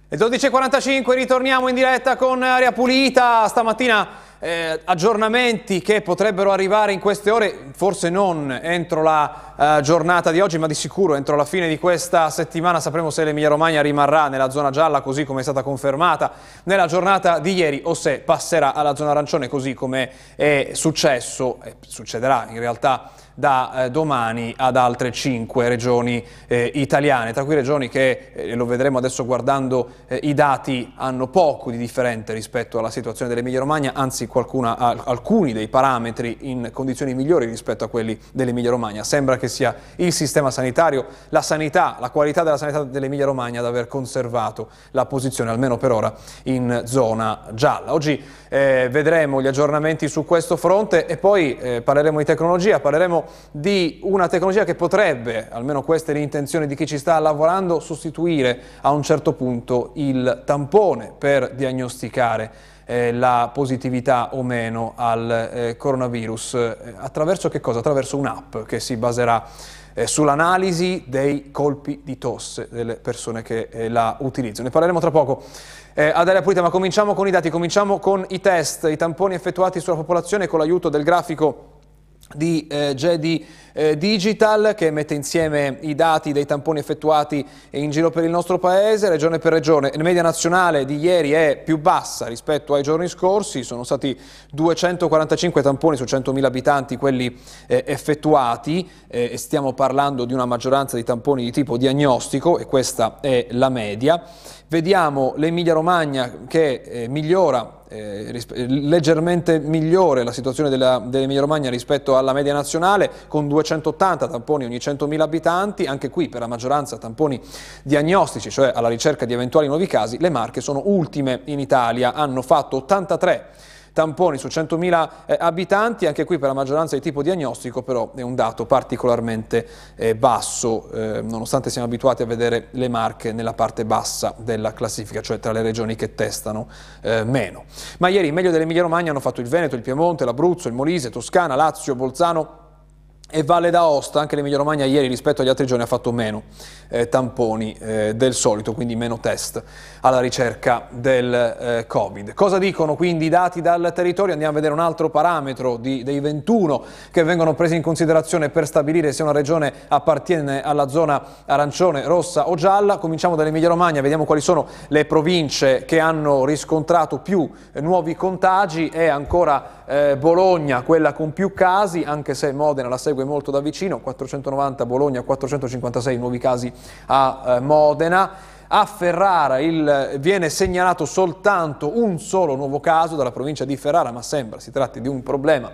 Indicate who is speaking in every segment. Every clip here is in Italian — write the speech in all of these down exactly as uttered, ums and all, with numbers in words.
Speaker 1: Le dodici e quarantacinque ritorniamo in diretta con Aria Pulita. Stamattina eh, aggiornamenti che potrebbero arrivare in queste ore, forse non entro la eh, giornata di oggi, ma di sicuro entro la fine di questa settimana sapremo se l'Emilia Romagna rimarrà nella zona gialla, così come è stata confermata nella giornata di ieri, o se passerà alla zona arancione, così come è successo e succederà in realtà da eh, domani ad altre cinque regioni eh, italiane, tra cui regioni che, eh, lo vedremo adesso guardando eh, i dati, hanno poco di differente rispetto alla situazione dell'Emilia Romagna, anzi qualcuna, al, alcuni dei parametri in condizioni migliori rispetto a quelli dell'Emilia Romagna. Sembra che sia il sistema sanitario, la sanità, la qualità della sanità dell'Emilia Romagna ad aver conservato la posizione, almeno per ora, in zona gialla. Oggi eh, vedremo gli aggiornamenti su questo fronte e poi eh, parleremo di tecnologia, parleremo di una tecnologia che potrebbe, almeno queste le intenzioni di chi ci sta lavorando, sostituire a un certo punto il tampone per diagnosticare eh, la positività o meno al eh, coronavirus. Eh, attraverso che cosa? Attraverso un'app che si baserà eh, sull'analisi dei colpi di tosse delle persone che eh, la utilizzano. Ne parleremo tra poco. Eh, ad Aria Pulita, ma cominciamo con i dati, cominciamo con i test, i tamponi effettuati sulla popolazione con l'aiuto del grafico di eh, Gedi eh, Digital, che mette insieme i dati dei tamponi effettuati in giro per il nostro paese, regione per regione. La media nazionale di ieri è più bassa rispetto ai giorni scorsi, sono stati duecentoquarantacinque tamponi su centomila abitanti quelli eh, effettuati, eh, e stiamo parlando di una maggioranza di tamponi di tipo diagnostico, e questa è la media. Vediamo l'Emilia Romagna che eh, migliora, eh, leggermente migliore la situazione dell'Emilia Romagna rispetto alla media nazionale, con duecentottanta tamponi ogni centomila abitanti, anche qui per la maggioranza tamponi diagnostici, cioè alla ricerca di eventuali nuovi casi. Le Marche sono ultime in Italia, hanno fatto ottantatré tamponi su centomila eh, abitanti, anche qui per la maggioranza di tipo diagnostico, però è un dato particolarmente eh, basso, eh, nonostante siamo abituati a vedere le Marche nella parte bassa della classifica, cioè tra le regioni che testano eh, meno. Ma ieri meglio dell'Emilia Romagna hanno fatto il Veneto, il Piemonte, l'Abruzzo, il Molise, Toscana, Lazio, Bolzano e Valle d'Aosta. Anche l'Emilia Romagna ieri rispetto agli altri giorni ha fatto meno eh, tamponi eh, del solito, quindi meno test alla ricerca del eh, Covid. Cosa dicono quindi i dati dal territorio? Andiamo a vedere un altro parametro di, dei ventuno che vengono presi in considerazione per stabilire se una regione appartiene alla zona arancione, rossa o gialla. Cominciamo dall'Emilia Romagna, vediamo quali sono le province che hanno riscontrato più eh, nuovi contagi. È ancora eh, Bologna quella con più casi, anche se Modena la segue molto da vicino, quattrocentonovanta Bologna, quattrocentocinquantasei nuovi casi a eh, Modena. A Ferrara il, viene segnalato soltanto un solo nuovo caso dalla provincia di Ferrara, ma sembra si tratti di un problema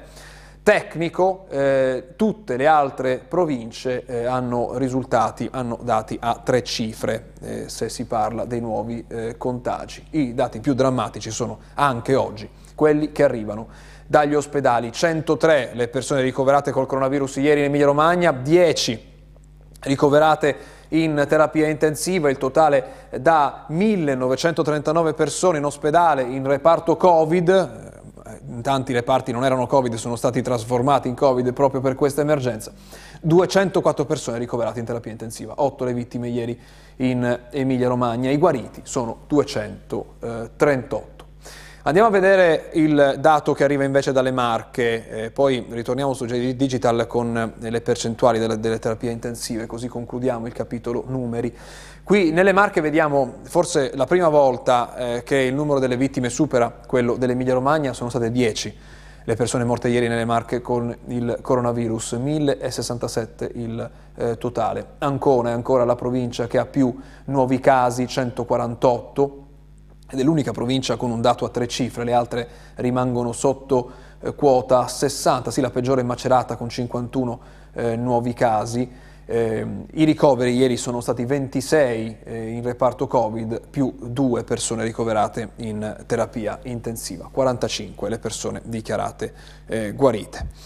Speaker 1: tecnico. Eh, tutte le altre province eh, hanno risultati, hanno dati a tre cifre eh, se si parla dei nuovi eh, contagi. I dati più drammatici sono anche oggi quelli che arrivano dagli ospedali. centotré le persone ricoverate col coronavirus ieri in Emilia Romagna, dieci ricoverate in terapia intensiva, il totale da millenovecentotrentanove persone in ospedale in reparto Covid. In tanti reparti non erano Covid, sono stati trasformati in Covid proprio per questa emergenza. duecentoquattro persone ricoverate in terapia intensiva, otto le vittime ieri in Emilia Romagna, i guariti sono duecentotrentotto. Andiamo a vedere il dato che arriva invece dalle Marche, eh, poi ritorniamo su Gedi Digital con le percentuali delle, delle terapie intensive, così concludiamo il capitolo numeri. Qui nelle Marche vediamo forse la prima volta eh, che il numero delle vittime supera quello dell'Emilia Romagna, sono state dieci le persone morte ieri nelle Marche con il coronavirus, millesessantasette il eh, totale. Ancona è ancora la provincia che ha più nuovi casi, centoquarantotto, ed è l'unica provincia con un dato a tre cifre, le altre rimangono sotto eh, quota sessanta, sì, la peggiore è Macerata con cinquantuno eh, nuovi casi. Eh, I ricoveri ieri sono stati ventisei eh, in reparto Covid, più due persone ricoverate in terapia intensiva, quarantacinque le persone dichiarate eh, guarite.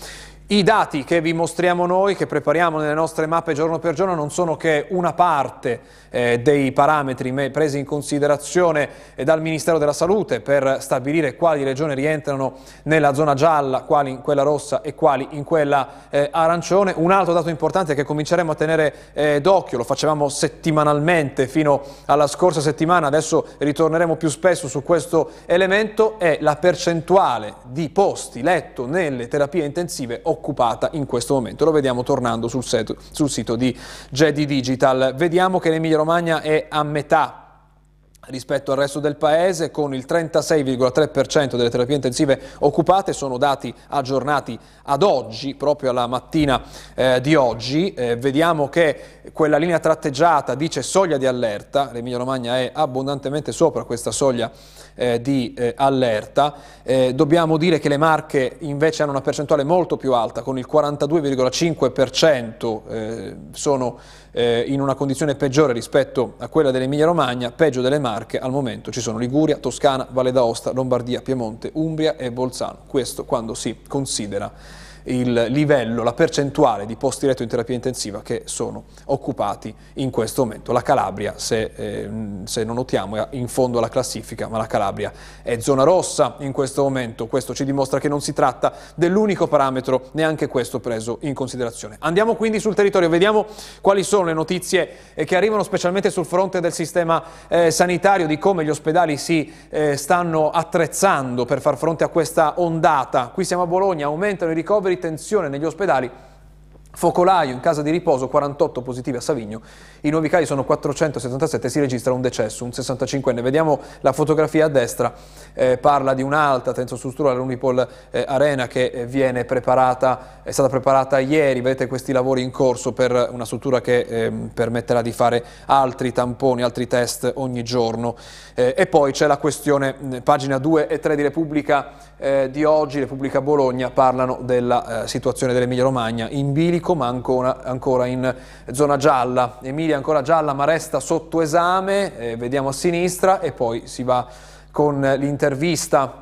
Speaker 1: I dati che vi mostriamo noi, che prepariamo nelle nostre mappe giorno per giorno, non sono che una parte eh, dei parametri presi in considerazione eh, dal Ministero della Salute per stabilire quali regioni rientrano nella zona gialla, quali in quella rossa e quali in quella eh, arancione. Un altro dato importante che cominceremo a tenere eh, d'occhio, lo facevamo settimanalmente fino alla scorsa settimana, adesso ritorneremo più spesso su questo elemento, è la percentuale di posti letto nelle terapie intensive occupata in questo momento. Lo vediamo tornando sul, set, sul sito di Gedi Digital. Vediamo che l'Emilia Romagna è a metà rispetto al resto del paese, con il trentasei virgola tre per cento delle terapie intensive occupate. Sono dati aggiornati ad oggi, proprio alla mattina eh, di oggi. Eh, vediamo che quella linea tratteggiata dice soglia di allerta, l'Emilia Romagna è abbondantemente sopra questa soglia eh, di eh, allerta. Eh, dobbiamo dire che le Marche invece hanno una percentuale molto più alta, con il quarantadue virgola cinque per cento eh, sono eh, in una condizione peggiore rispetto a quella dell'Emilia Romagna. Peggio delle Marche al momento ci sono Liguria, Toscana, Valle d'Aosta, Lombardia, Piemonte, Umbria e Bolzano. Questo quando si considera il livello, la percentuale di posti letto in terapia intensiva che sono occupati in questo momento. La Calabria, se, eh, se non notiamo, è in fondo alla classifica, ma la Calabria è zona rossa in questo momento. Questo ci dimostra che non si tratta dell'unico parametro, neanche questo preso in considerazione. Andiamo quindi sul territorio, vediamo quali sono le notizie eh, che arrivano specialmente sul fronte del sistema eh, sanitario, di come gli ospedali si eh, stanno attrezzando per far fronte a questa ondata. Qui siamo a Bologna, aumentano i ricoveri, tensione negli ospedali, focolaio in casa di riposo, quarantotto positivi a Savigno, i nuovi casi sono quattrocentosettantasette, si registra un decesso, un sessantacinquenne. Vediamo la fotografia a destra, eh, parla di un'alta tensostruttura all'Unipol eh, Arena che eh, viene preparata, è stata preparata ieri. Vedete questi lavori in corso per una struttura che eh, permetterà di fare altri tamponi, altri test ogni giorno. Eh, e poi c'è la questione, eh, pagina due e tre di Repubblica eh, di oggi, Repubblica Bologna, parlano della eh, situazione dell'Emilia Romagna in bilico, ma ancora, ancora in zona gialla. Emilia ancora gialla ma resta sotto esame, eh, vediamo a sinistra, e poi si va con l'intervista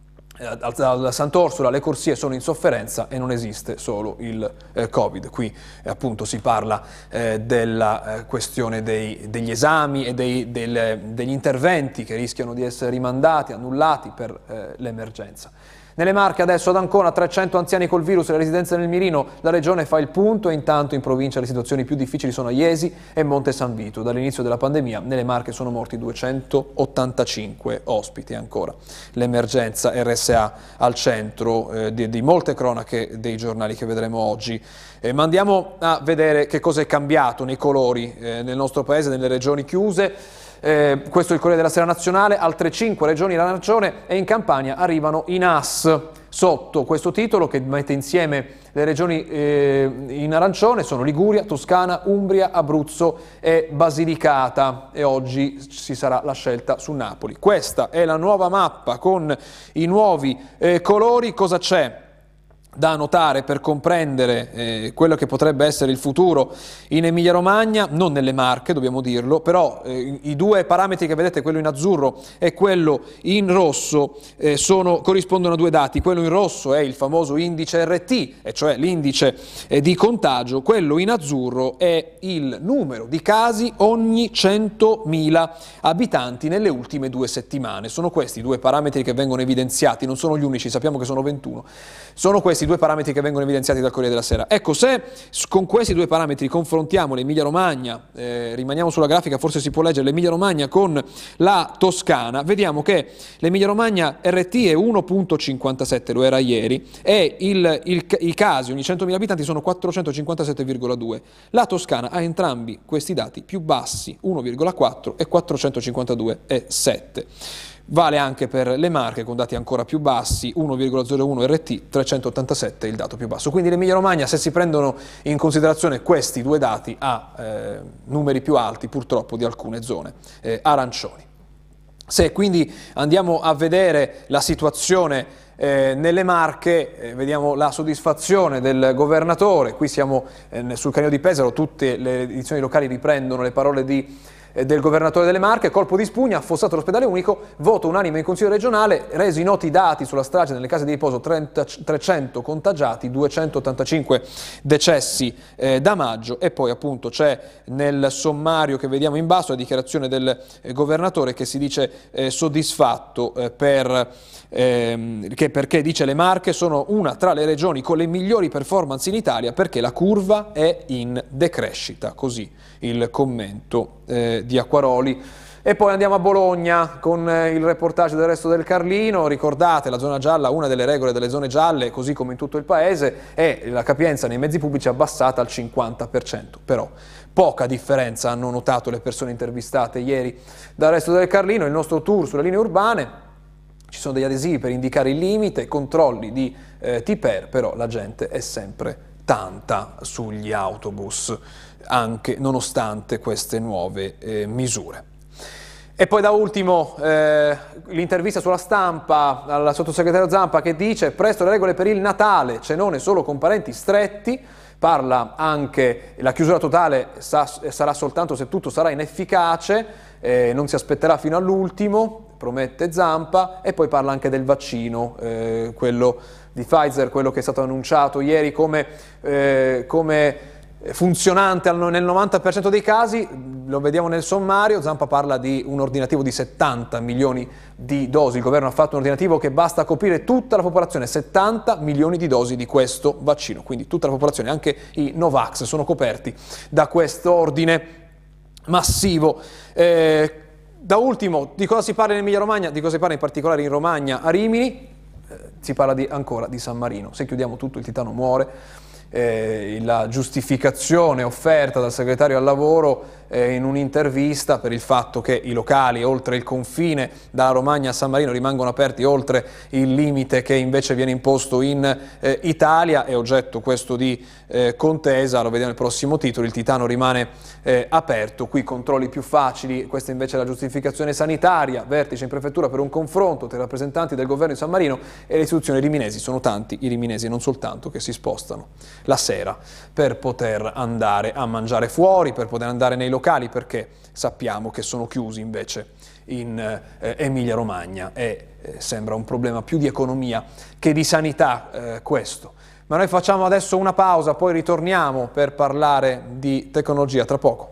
Speaker 1: al, al Sant'Orsola. Le corsie sono in sofferenza e non esiste solo il eh, Covid. Qui eh, appunto si parla eh, della eh, questione dei, degli esami e dei, del, degli interventi che rischiano di essere rimandati, annullati per eh, l'emergenza. Nelle Marche adesso ad Ancona, trecento anziani col virus, le residenze nel mirino, la regione fa il punto, e intanto in provincia le situazioni più difficili sono a Iesi e Monte San Vito. Dall'inizio della pandemia nelle Marche sono morti duecentottantacinque ospiti. Ancora l'emergenza R S A al centro eh, di, di molte cronache dei giornali che vedremo oggi. Eh, ma andiamo a vedere che cosa è cambiato nei colori eh, nel nostro paese, nelle regioni chiuse. Eh, questo è il Corriere della Sera nazionale. Altre cinque regioni in arancione e in Campania arrivano i N A S. Sotto questo titolo, che mette insieme le regioni eh, in arancione, sono Liguria, Toscana, Umbria, Abruzzo e Basilicata, e oggi ci sarà la scelta su Napoli. Questa è la nuova mappa con i nuovi eh, colori. Cosa c'è da notare per comprendere eh, quello che potrebbe essere il futuro in Emilia Romagna? Non nelle Marche, dobbiamo dirlo, però eh, i due parametri che vedete, quello in azzurro e quello in rosso, eh, sono, corrispondono a due dati. Quello in rosso è il famoso indice R T, e cioè l'indice eh, di contagio. Quello in azzurro è il numero di casi ogni centomila abitanti nelle ultime due settimane. Sono questi i due parametri che vengono evidenziati, non sono gli unici, sappiamo che sono ventuno. Sono questi due parametri che vengono evidenziati dal Corriere della Sera. Ecco, se con questi due parametri confrontiamo l'Emilia Romagna, eh, rimaniamo sulla grafica, forse si può leggere l'Emilia Romagna con la Toscana, vediamo che l'Emilia Romagna R T è uno virgola cinquantasette, lo era ieri, e il, il, i casi ogni centomila abitanti sono quattrocentocinquantasette virgola due. La Toscana ha entrambi questi dati più bassi, uno virgola quattro e quattrocentocinquantadue virgola sette. Vale anche per le Marche con dati ancora più bassi, uno virgola zero uno R T, trecentottantasette il dato più basso. Quindi l'Emilia Romagna, se si prendono in considerazione questi due dati, ha eh, numeri più alti purtroppo di alcune zone eh, arancioni. Se quindi andiamo a vedere la situazione eh, nelle Marche, eh, vediamo la soddisfazione del governatore. Qui siamo eh, sul Canio di Pesaro, tutte le edizioni locali riprendono le parole di del governatore delle Marche, colpo di spugna, affossato l'ospedale unico, voto unanime in Consiglio regionale, resi noti i dati sulla strage nelle case di riposo, trecento contagiati, duecentottantacinque decessi eh, da maggio, e poi appunto c'è nel sommario che vediamo in basso la dichiarazione del eh, governatore che si dice eh, soddisfatto eh, per, ehm, che perché dice le Marche sono una tra le regioni con le migliori performance in Italia perché la curva è in decrescita, così il commento eh, di Acquaroli. E poi andiamo a Bologna con eh, il reportage del Resto del Carlino. Ricordate, la zona gialla, una delle regole delle zone gialle, così come in tutto il paese, è la capienza nei mezzi pubblici abbassata al cinquanta per cento. Però poca differenza hanno notato le persone intervistate ieri dal Resto del Carlino. Il nostro tour sulle linee urbane, ci sono degli adesivi per indicare il limite, controlli di eh, T P E R, però la gente è sempre tanta sugli autobus, anche nonostante queste nuove eh, misure. E poi da ultimo eh, l'intervista sulla Stampa al sottosegretario Zampa che dice presto le regole per il Natale, cenone solo con parenti stretti, parla anche la chiusura totale sa, sarà soltanto se tutto sarà inefficace, eh, non si aspetterà fino all'ultimo, promette Zampa, e poi parla anche del vaccino, eh, quello di Pfizer, quello che è stato annunciato ieri come, eh, come funzionante nel novanta per cento dei casi, lo vediamo nel sommario. Zampa parla di un ordinativo di settanta milioni di dosi, il governo ha fatto un ordinativo che basta coprire tutta la popolazione, settanta milioni di dosi di questo vaccino, quindi tutta la popolazione, anche i Novax sono coperti da questo ordine massivo. Eh, da ultimo, di cosa si parla in Emilia Romagna, di cosa si parla in particolare in Romagna a Rimini, eh, si parla di, ancora di San Marino, se chiudiamo tutto il Titano muore. Eh, la giustificazione offerta dal segretario al lavoro eh, in un'intervista per il fatto che i locali oltre il confine dalla Romagna a San Marino rimangono aperti oltre il limite che invece viene imposto in eh, Italia, è oggetto questo di eh, contesa, lo vediamo nel prossimo titolo. Il Titano rimane eh, aperto, qui controlli più facili, questa invece è la giustificazione sanitaria, vertice in prefettura per un confronto tra i rappresentanti del governo di San Marino e le istituzioni riminesi. Sono tanti i riminesi, non soltanto, che si spostano la sera per poter andare a mangiare fuori, per poter andare nei locali, perché sappiamo che sono chiusi invece in eh, Emilia Romagna e eh, sembra un problema più di economia che di sanità eh, questo. Ma noi facciamo adesso una pausa, poi ritorniamo per parlare di tecnologia tra poco.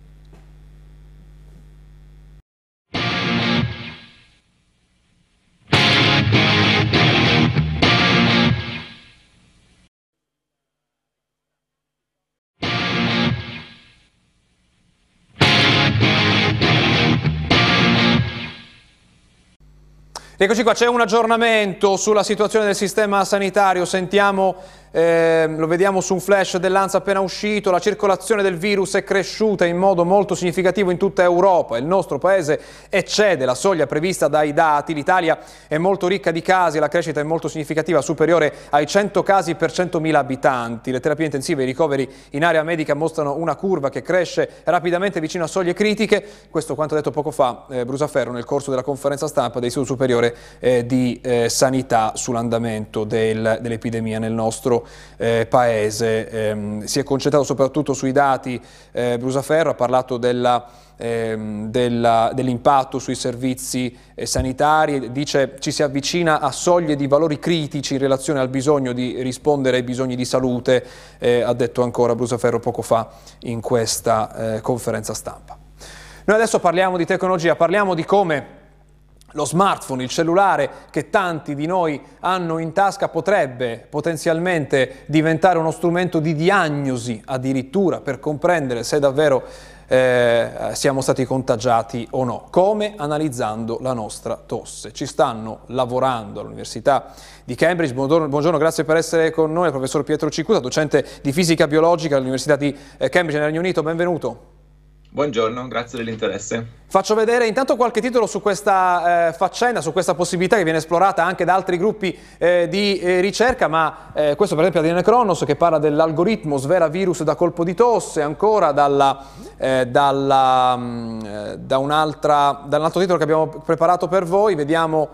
Speaker 1: Eccoci qua, c'è un aggiornamento sulla situazione del sistema sanitario, sentiamo, eh, lo vediamo su un flash dell'ANSA appena uscito, la circolazione del virus è cresciuta in modo molto significativo in tutta Europa, il nostro paese eccede la soglia prevista dai dati, l'Italia è molto ricca di casi, la crescita è molto significativa, superiore ai cento casi per centomila abitanti, le terapie intensive e i ricoveri in area medica mostrano una curva che cresce rapidamente vicino a soglie critiche, questo quanto detto poco fa eh, Brusaferro nel corso della conferenza stampa dell'Istituto Superiore Eh, di eh, sanità sull'andamento del, dell'epidemia nel nostro eh, paese. Eh, si è concentrato soprattutto sui dati, eh, Brusaferro ha parlato della, eh, della, dell'impatto sui servizi eh, sanitari, dice ci si avvicina a soglie di valori critici in relazione al bisogno di rispondere ai bisogni di salute, eh, ha detto ancora Brusaferro poco fa in questa eh, conferenza stampa. Noi adesso parliamo di tecnologia, parliamo di come lo smartphone, il cellulare che tanti di noi hanno in tasca potrebbe potenzialmente diventare uno strumento di diagnosi addirittura per comprendere se davvero eh, siamo stati contagiati o no. Come? Analizzando la nostra tosse. Ci stanno lavorando all'Università di Cambridge. Buongiorno, buongiorno, grazie per essere con noi, il professor Pietro Cicuta, docente di fisica biologica all'Università di Cambridge nel Regno Unito. Benvenuto.
Speaker 2: Buongiorno, grazie dell'interesse.
Speaker 1: Faccio vedere intanto qualche titolo su questa eh, faccenda, su questa possibilità che viene esplorata anche da altri gruppi eh, di eh, ricerca, ma eh, questo per esempio è Adrienne Cronos che parla dell'algoritmo svela virus da colpo di tosse, ancora dalla, eh, dalla, mh, da, un'altra, da un altro titolo che abbiamo preparato per voi, vediamo,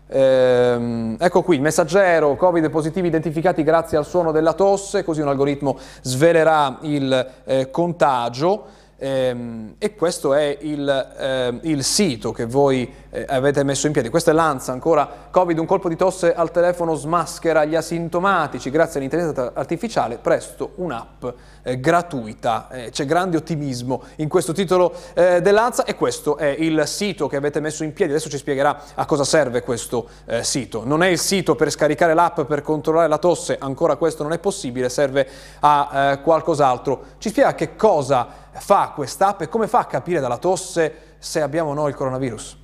Speaker 1: ehm, ecco qui, il messaggero, Covid positivi identificati grazie al suono della tosse, così un algoritmo svelerà il eh, contagio. ehm, e questo è il, eh, il sito che voi eh, avete messo in piedi. Questo è Lanza, ancora Covid, un colpo di tosse al telefono smaschera gli asintomatici, grazie all'intelligenza artificiale, presto un'app eh, gratuita. Eh, c'è grande ottimismo in questo titolo eh, del Lanza, e questo è il sito che avete messo in piedi. Adesso ci spiegherà a cosa serve questo eh, sito. Non è il sito per scaricare l'app per controllare la tosse, ancora questo non è possibile, serve a eh, qualcos'altro. Ci spiega che cosa fa quest'app e come fa a capire dalla tosse se abbiamo o no il coronavirus?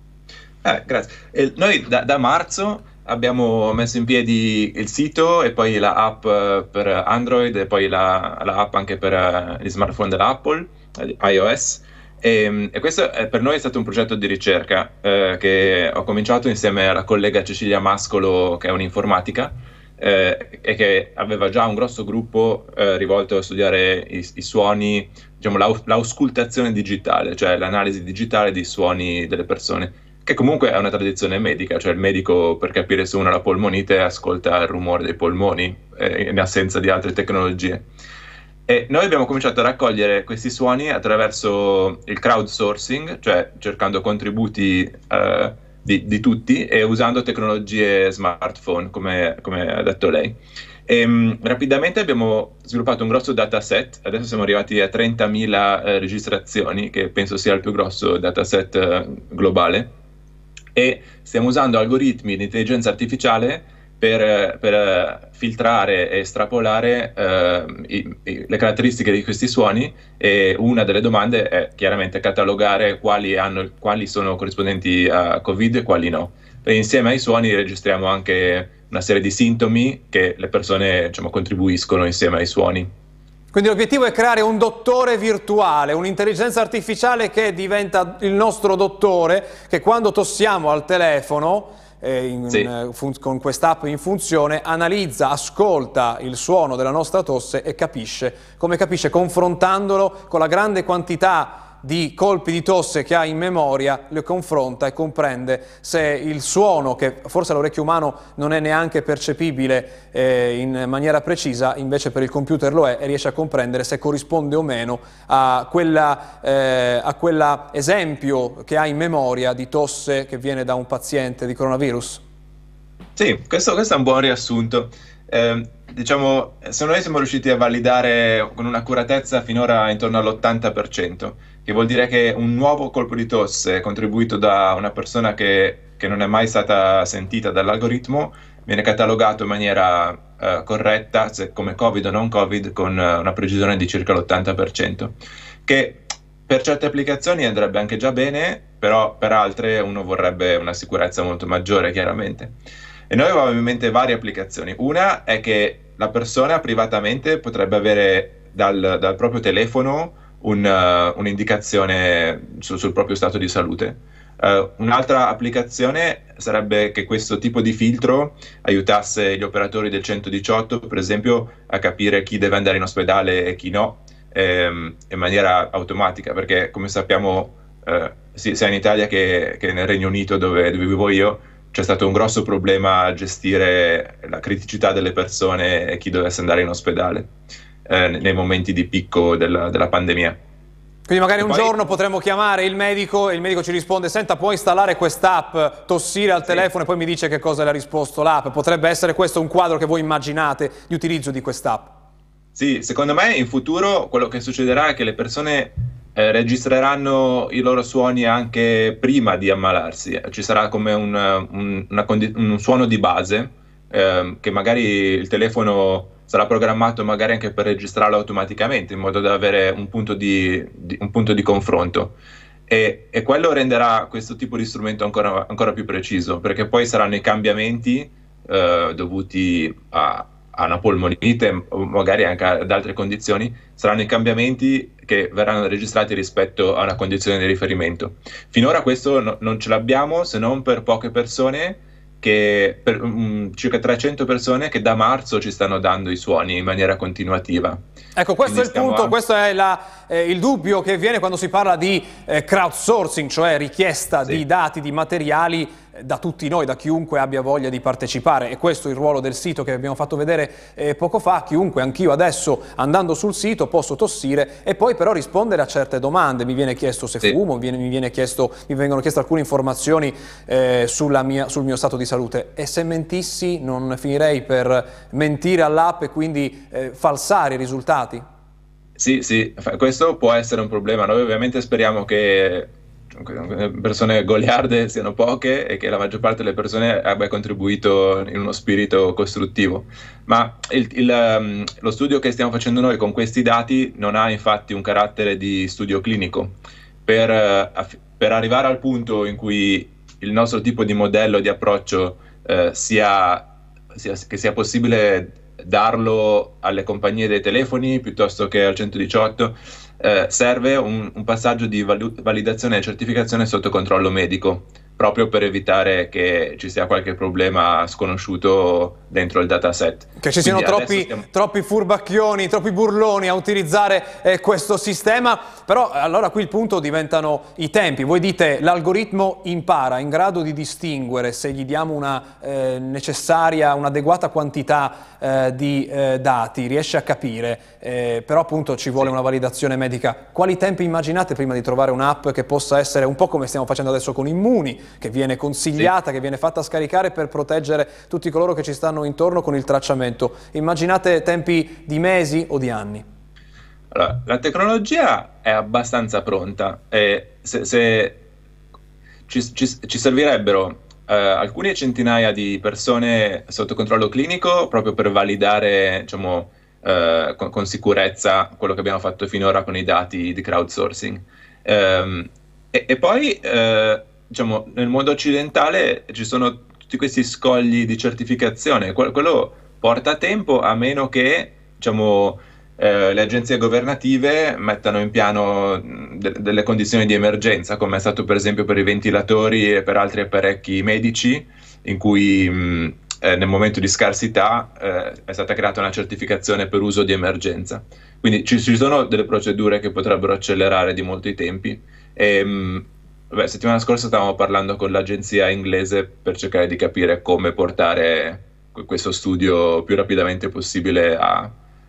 Speaker 2: Eh, grazie. E noi da, da marzo abbiamo messo in piedi il sito e poi la app per Android e poi la, la app anche per gli smartphone dell'Apple, iOS. E, e questo è, per noi è stato un progetto di ricerca eh, che ho cominciato insieme alla collega Cecilia Mascolo, che è un'informatica, eh, e che aveva già un grosso gruppo eh, rivolto a studiare i, i suoni, diciamo l'auscultazione digitale, cioè l'analisi digitale dei suoni delle persone, che comunque è una tradizione medica, cioè il medico per capire se uno ha la polmonite ascolta il rumore dei polmoni eh, in assenza di altre tecnologie. E noi abbiamo cominciato a raccogliere questi suoni attraverso il crowdsourcing, cioè cercando contributi eh, di, di tutti e usando tecnologie smartphone, come, come ha detto lei. E, um, rapidamente abbiamo sviluppato un grosso dataset, adesso siamo arrivati a trentamila eh, registrazioni, che penso sia il più grosso dataset eh, globale, e stiamo usando algoritmi di intelligenza artificiale per, per filtrare e estrapolare eh, i, i, le caratteristiche di questi suoni, e una delle domande è chiaramente catalogare quali, hanno, quali sono corrispondenti a Covid e quali no. E insieme ai suoni registriamo anche una serie di sintomi che le persone, diciamo, contribuiscono insieme ai suoni.
Speaker 1: Quindi l'obiettivo è creare un dottore virtuale, un'intelligenza artificiale che diventa il nostro dottore, che quando tossiamo al telefono, eh, in, sì. eh, con quest'app in funzione, analizza, ascolta il suono della nostra tosse e capisce, come capisce confrontandolo con la grande quantità di colpi di tosse che ha in memoria, le confronta e comprende se il suono, che forse all'orecchio umano non è neanche percepibile eh, in maniera precisa, invece per il computer lo è, e riesce a comprendere se corrisponde o meno a quella, eh, a quella esempio che ha in memoria di tosse che viene da un paziente di coronavirus.
Speaker 2: Sì, questo, questo è un buon riassunto. Eh, diciamo, se noi siamo riusciti a validare con un'accuratezza finora intorno all'ottanta per cento, che vuol dire che un nuovo colpo di tosse contribuito da una persona che, che non è mai stata sentita dall'algoritmo viene catalogato in maniera eh, corretta, se come Covid o non Covid, con eh, una precisione di circa l'ottanta per cento, che per certe applicazioni andrebbe anche già bene, però per altre uno vorrebbe una sicurezza molto maggiore, chiaramente. E noi avevamo in mente varie applicazioni. Una è che la persona privatamente potrebbe avere dal, dal proprio telefono un, uh, un'indicazione su, sul proprio stato di salute. Uh, un'altra applicazione sarebbe che questo tipo di filtro aiutasse gli operatori del centodiciotto, per esempio, a capire chi deve andare in ospedale e chi no, ehm, in maniera automatica, perché come sappiamo uh, sia in Italia che, che nel Regno Unito, dove, dove vivo io, c'è stato un grosso problema a gestire la criticità delle persone e chi dovesse andare in ospedale eh, nei momenti di picco della, della pandemia.
Speaker 1: Quindi magari
Speaker 2: e
Speaker 1: un
Speaker 2: poi...
Speaker 1: giorno potremmo chiamare il medico e il medico ci risponde: senta, può installare quest'app, tossire al telefono, sì, e poi mi dice che cosa le ha risposto l'app. Potrebbe essere questo un quadro che voi immaginate di utilizzo di quest'app?
Speaker 2: Sì, secondo me in futuro quello che succederà è che le persone Eh, registreranno i loro suoni anche prima di ammalarsi. Ci sarà come un, un, una un suono di base eh, che magari il telefono sarà programmato magari anche per registrarlo automaticamente, in modo da avere un punto di, di, un punto di confronto, e, e quello renderà questo tipo di strumento ancora, ancora più preciso, perché poi saranno i cambiamenti eh, dovuti a a una polmonite o magari anche ad altre condizioni, saranno i cambiamenti che verranno registrati rispetto a una condizione di riferimento. Finora questo no, non ce l'abbiamo, se non per poche persone, che per um, circa trecento persone che da marzo ci stanno dando i suoni in maniera continuativa.
Speaker 1: Ecco, questo Quindi è il punto, anche... questo è la, eh, il dubbio che viene quando si parla di eh, crowdsourcing, cioè richiesta sì. di dati, di materiali da tutti noi, da chiunque abbia voglia di partecipare. E questo è il ruolo del sito che abbiamo fatto vedere eh, poco fa. Chiunque, anch'io adesso andando sul sito posso tossire e poi però rispondere a certe domande. Mi viene chiesto se
Speaker 2: sì.
Speaker 1: fumo, mi, viene, mi, viene chiesto, mi vengono chieste alcune informazioni eh, sulla mia, sul mio stato di salute, e se mentissi non finirei per mentire all'app e quindi eh, falsare i risultati?
Speaker 2: Sì, sì, questo può essere un problema. Noi ovviamente speriamo che persone goliarde siano poche e che la maggior parte delle persone abbia contribuito in uno spirito costruttivo. Ma il, il, lo studio che stiamo facendo noi con questi dati non ha infatti un carattere di studio clinico. Per, per arrivare al punto in cui il nostro tipo di modello di approccio eh, sia, sia, che sia possibile darlo alle compagnie dei telefoni piuttosto che al centodiciotto, eh, serve un, un passaggio di validazione e certificazione sotto controllo medico, proprio per evitare che ci sia qualche problema sconosciuto dentro il dataset.
Speaker 1: Che ci siano troppi,
Speaker 2: stiamo...
Speaker 1: troppi furbacchioni, troppi burloni a utilizzare eh, questo sistema, però allora qui il punto diventano i tempi. Voi dite l'algoritmo impara, in grado di distinguere se gli diamo una eh, necessaria, un'adeguata quantità eh, di eh, dati, riesce a capire, eh, però appunto ci vuole
Speaker 2: sì.
Speaker 1: una validazione medica. Quali tempi immaginate prima di trovare un'app che possa essere un po' come stiamo facendo adesso con Immuni, che viene consigliata, sì. che viene fatta scaricare per proteggere tutti coloro che ci stanno intorno con il tracciamento? Immaginate tempi di mesi o di anni?
Speaker 2: Allora, la tecnologia è abbastanza pronta e se, se ci, ci, ci servirebbero eh, alcune centinaia di persone sotto controllo clinico proprio per validare, diciamo, eh, con, con sicurezza quello che abbiamo fatto finora con i dati di crowdsourcing. Ehm, e, e poi eh, diciamo, nel mondo occidentale ci sono tutti questi scogli di certificazione. Quello porta tempo, a meno che, diciamo, eh, le agenzie governative mettano in piano de delle condizioni di emergenza, come è stato per esempio per i ventilatori e per altri apparecchi medici, in cui mh, eh, nel momento di scarsità eh, è stata creata una certificazione per uso di emergenza. Quindi ci, ci sono delle procedure che potrebbero accelerare di molto i tempi. E, mh, Beh, settimana scorsa stavamo parlando con l'agenzia inglese per cercare di capire come portare questo studio più rapidamente possibile a...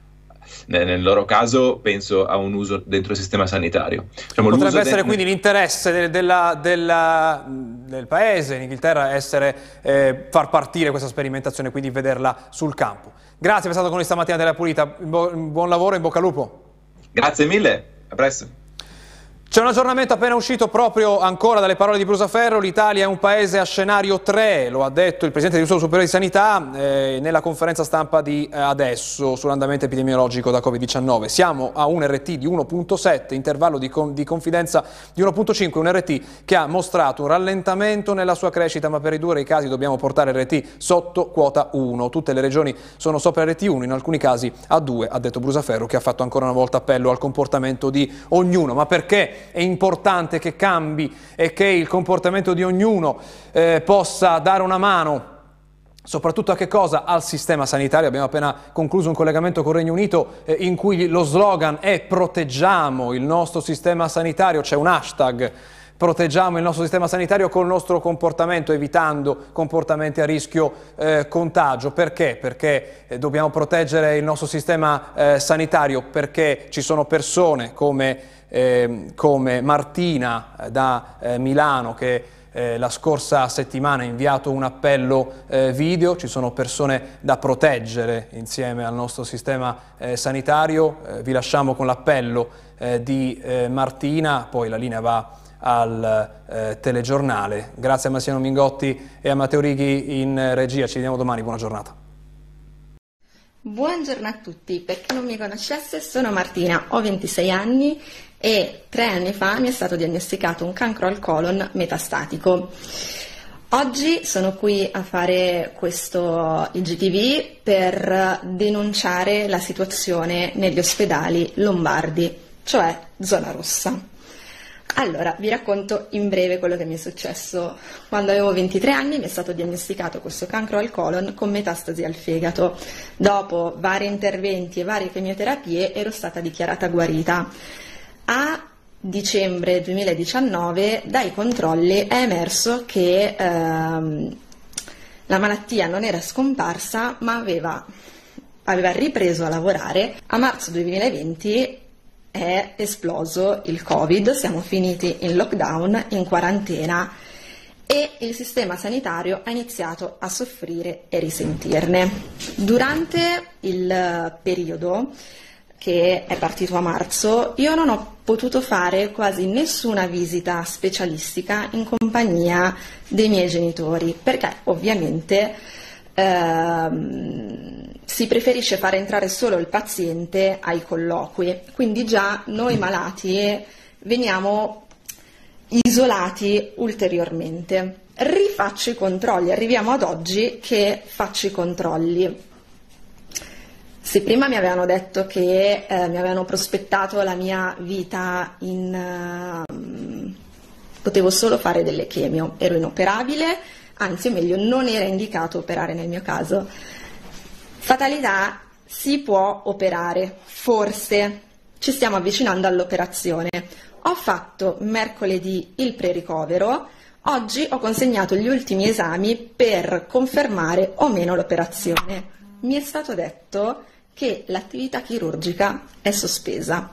Speaker 2: Nel loro caso penso a un uso dentro il sistema sanitario. Diciamo,
Speaker 1: potrebbe essere quindi l'interesse de della, della, del paese, in Inghilterra, essere, eh, far partire questa sperimentazione, quindi vederla sul campo. Grazie per essere stato con noi stamattina della Pulita, buon lavoro e in bocca al lupo.
Speaker 2: Grazie mille, a presto.
Speaker 1: C'è un aggiornamento appena uscito proprio ancora dalle parole di Brusaferro. L'Italia è un paese a scenario tre, lo ha detto il Presidente dell'Istituto Superiore di Sanità eh, nella conferenza stampa di eh, adesso sull'andamento epidemiologico da Covid diciannove. Siamo a un R T di uno virgola sette, intervallo di, con, di confidenza di uno virgola cinque, un R T che ha mostrato un rallentamento nella sua crescita, ma per ridurre i casi dobbiamo portare R T sotto quota uno. Tutte le regioni sono sopra R T uno, in alcuni casi a due, ha detto Brusaferro, che ha fatto ancora una volta appello al comportamento di ognuno. Ma perché è importante che cambi e che il comportamento di ognuno eh, possa dare una mano soprattutto a che cosa? Al sistema sanitario. Abbiamo appena concluso un collegamento con il Regno Unito eh, in cui lo slogan è proteggiamo il nostro sistema sanitario, c'è un hashtag proteggiamo il nostro sistema sanitario col nostro comportamento, evitando comportamenti a rischio eh, contagio. Perché? Perché eh, dobbiamo proteggere il nostro sistema eh, sanitario, perché ci sono persone come Eh, come Martina eh, da eh, Milano che eh, la scorsa settimana ha inviato un appello eh, video. Ci sono persone da proteggere insieme al nostro sistema eh, sanitario. Eh, vi lasciamo con l'appello eh, di eh, Martina, poi la linea va al eh, telegiornale. Grazie a Massimiliano Mingotti e a Matteo Righi in regia, ci vediamo domani, buona giornata.
Speaker 3: Buongiorno a tutti, per chi non mi conoscesse sono Martina, ho ventisei anni e tre anni fa mi è stato diagnosticato un cancro al colon metastatico. Oggi sono qui a fare questo I G T V per denunciare la situazione negli ospedali lombardi, cioè zona rossa. Allora, vi racconto in breve quello che mi è successo. Quando avevo ventitré anni mi è stato diagnosticato questo cancro al colon con metastasi al fegato. Dopo vari interventi e varie chemioterapie ero stata dichiarata guarita. A dicembre duemiladiciannove dai controlli è emerso che ehm, la malattia non era scomparsa ma aveva, aveva ripreso a lavorare. A marzo duemilaventi è esploso il Covid, siamo finiti in lockdown, in quarantena, e il sistema sanitario ha iniziato a soffrire e risentirne. Durante il periodo che è partito a marzo, io non ho potuto fare quasi nessuna visita specialistica in compagnia dei miei genitori, perché ovviamente ehm, si preferisce fare entrare solo il paziente ai colloqui, quindi già noi malati veniamo isolati ulteriormente. Rifaccio i controlli, arriviamo ad oggi che faccio i controlli. Se prima mi avevano detto che eh, mi avevano prospettato la mia vita in... Uh, potevo solo fare delle chemio, ero inoperabile, anzi o meglio non era indicato operare nel mio caso. Fatalità, si può operare, forse, ci stiamo avvicinando all'operazione. Ho fatto mercoledì il pre-ricovero, oggi ho consegnato gli ultimi esami per confermare o meno l'operazione. Mi è stato detto che l'attività chirurgica è sospesa.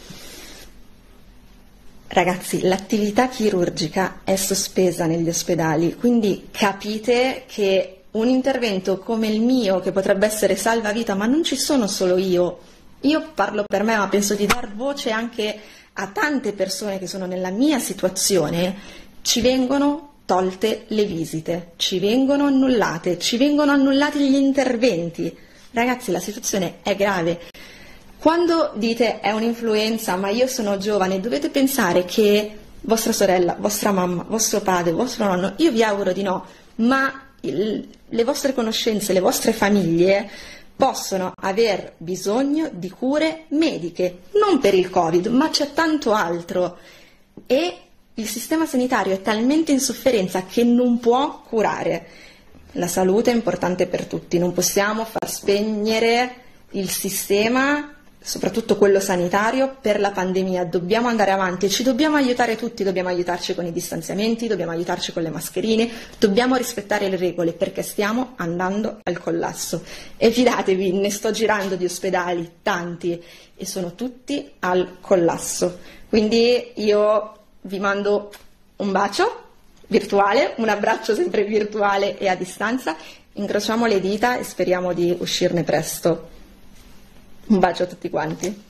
Speaker 3: Ragazzi, l'attività chirurgica è sospesa negli ospedali, quindi capite che un intervento come il mio, che potrebbe essere salvavita, ma non ci sono solo io, io parlo per me, ma penso di dar voce anche a tante persone che sono nella mia situazione, ci vengono tolte le visite, ci vengono annullate, ci vengono annullati gli interventi. Ragazzi, la situazione è grave. Quando dite è un'influenza, ma io sono giovane, dovete pensare che vostra sorella, vostra mamma, vostro padre, vostro nonno, io vi auguro di no, ma il, le vostre conoscenze, le vostre famiglie possono aver bisogno di cure mediche, non per il Covid, ma c'è tanto altro. E il sistema sanitario è talmente in sofferenza che non può curare. La salute è importante per tutti, non possiamo far spegnere il sistema, soprattutto quello sanitario, per la pandemia. Dobbiamo andare avanti, ci dobbiamo aiutare tutti, dobbiamo aiutarci con i distanziamenti, dobbiamo aiutarci con le mascherine, dobbiamo rispettare le regole perché stiamo andando al collasso. E fidatevi, ne sto girando di ospedali, tanti, e sono tutti al collasso. Quindi io vi mando un bacio virtuale, un abbraccio sempre virtuale e a distanza, incrociamo le dita e speriamo di uscirne presto. Un bacio a tutti quanti.